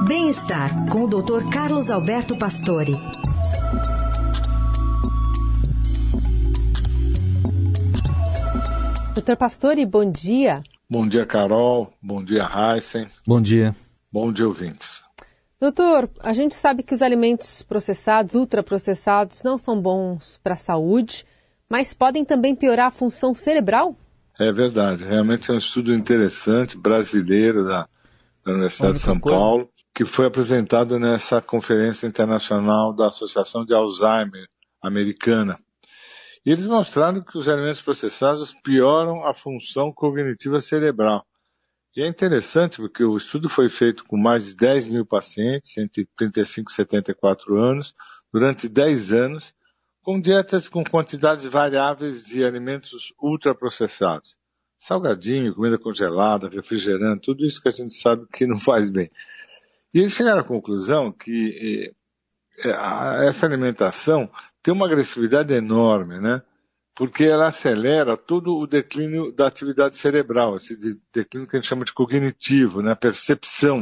Bem-estar, com o Dr. Carlos Alberto Pastore. Dr. Pastore, bom dia. Bom dia, Carol. Bom dia, Heisen. Bom dia. Bom dia, ouvintes. Doutor, a gente sabe que os alimentos processados, ultraprocessados, não são bons para a saúde, mas podem também piorar a função cerebral? É verdade. Realmente é um estudo interessante, brasileiro, da Universidade de São Paulo, que foi apresentado nessa Conferência Internacional da Associação de Alzheimer Americana. E eles mostraram que os alimentos processados pioram a função cognitiva cerebral. E é interessante porque o estudo foi feito com mais de 10 mil pacientes, entre 35 e 74 anos, durante 10 anos, com dietas com quantidades variáveis de alimentos ultraprocessados. Salgadinho, comida congelada, refrigerante, tudo isso que a gente sabe que não faz bem. E eles chegaram à conclusão que essa alimentação tem uma agressividade enorme, né? Porque ela acelera todo o declínio da atividade cerebral, esse declínio que a gente chama de cognitivo, né? Percepção.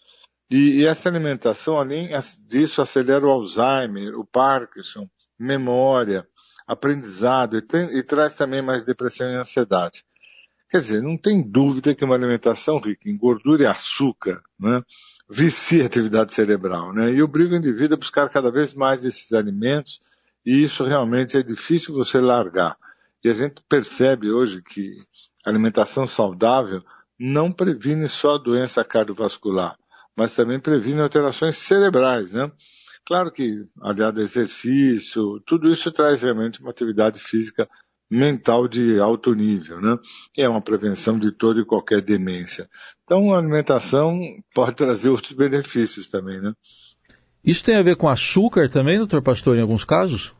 E essa alimentação, além disso, acelera o Alzheimer, o Parkinson, memória, aprendizado e traz também mais depressão e ansiedade. Quer dizer, não tem dúvida que uma alimentação rica em gordura e açúcar, né, vicia a atividade cerebral, né, e obriga o indivíduo a buscar cada vez mais esses alimentos, e isso realmente é difícil você largar. E a gente percebe hoje que a alimentação saudável não previne só a doença cardiovascular, mas também previne alterações cerebrais, né? Claro que, aliado ao exercício, tudo isso traz realmente uma atividade física mental de alto nível, né? E é uma prevenção de toda e qualquer demência. Então, a alimentação pode trazer outros benefícios também, né? Isso tem a ver com açúcar também, doutor Pastore, em alguns casos?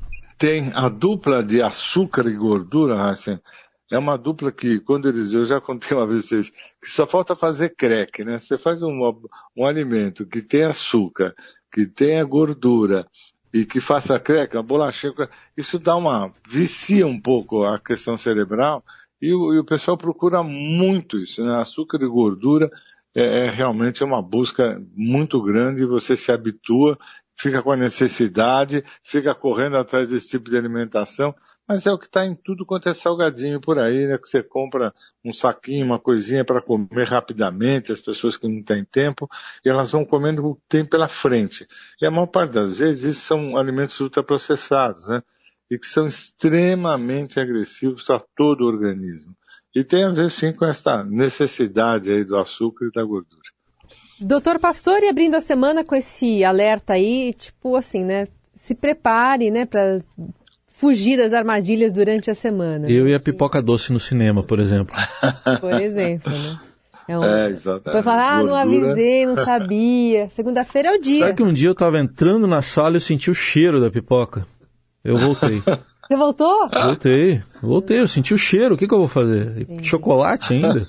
Tem a dupla de açúcar e gordura, Hassan, é uma dupla que, quando eu já contei uma vez pra vocês, que só falta fazer crack, né? Você faz um alimento que tem açúcar, que tenha gordura e que faça crack, uma bolachinha, isso vicia um pouco a questão cerebral e o pessoal procura muito isso, né? Açúcar e gordura realmente uma busca muito grande e você se habitua, fica com a necessidade, fica correndo atrás desse tipo de alimentação, mas é o que está em tudo quanto é salgadinho por aí, né? Que você compra um saquinho, uma coisinha para comer rapidamente, as pessoas que não têm tempo, e elas vão comendo o que tem pela frente. E a maior parte das vezes isso são alimentos ultraprocessados, né? E que são extremamente agressivos a todo o organismo. E tem a ver sim com essa necessidade aí do açúcar e da gordura. Doutor Pastore, abrindo a semana com esse alerta aí, tipo assim, né? Se prepare, né, para fugir das armadilhas durante a semana. Eu e a pipoca doce no cinema, por exemplo. Por exemplo, né? Exatamente. Depois falar, não avisei, não sabia. Segunda-feira é o dia. Sabe que um dia eu estava entrando na sala e eu senti o cheiro da pipoca? Eu voltei. Você voltou? Voltei, eu senti o cheiro, o que eu vou fazer? Entendi. Chocolate ainda?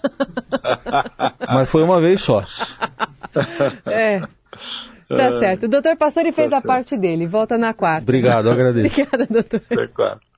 Mas foi uma vez só. Tá certo. O doutor Pastore fez a parte dele, volta na quarta. Obrigado, eu agradeço. Obrigada, doutor. Até quarta.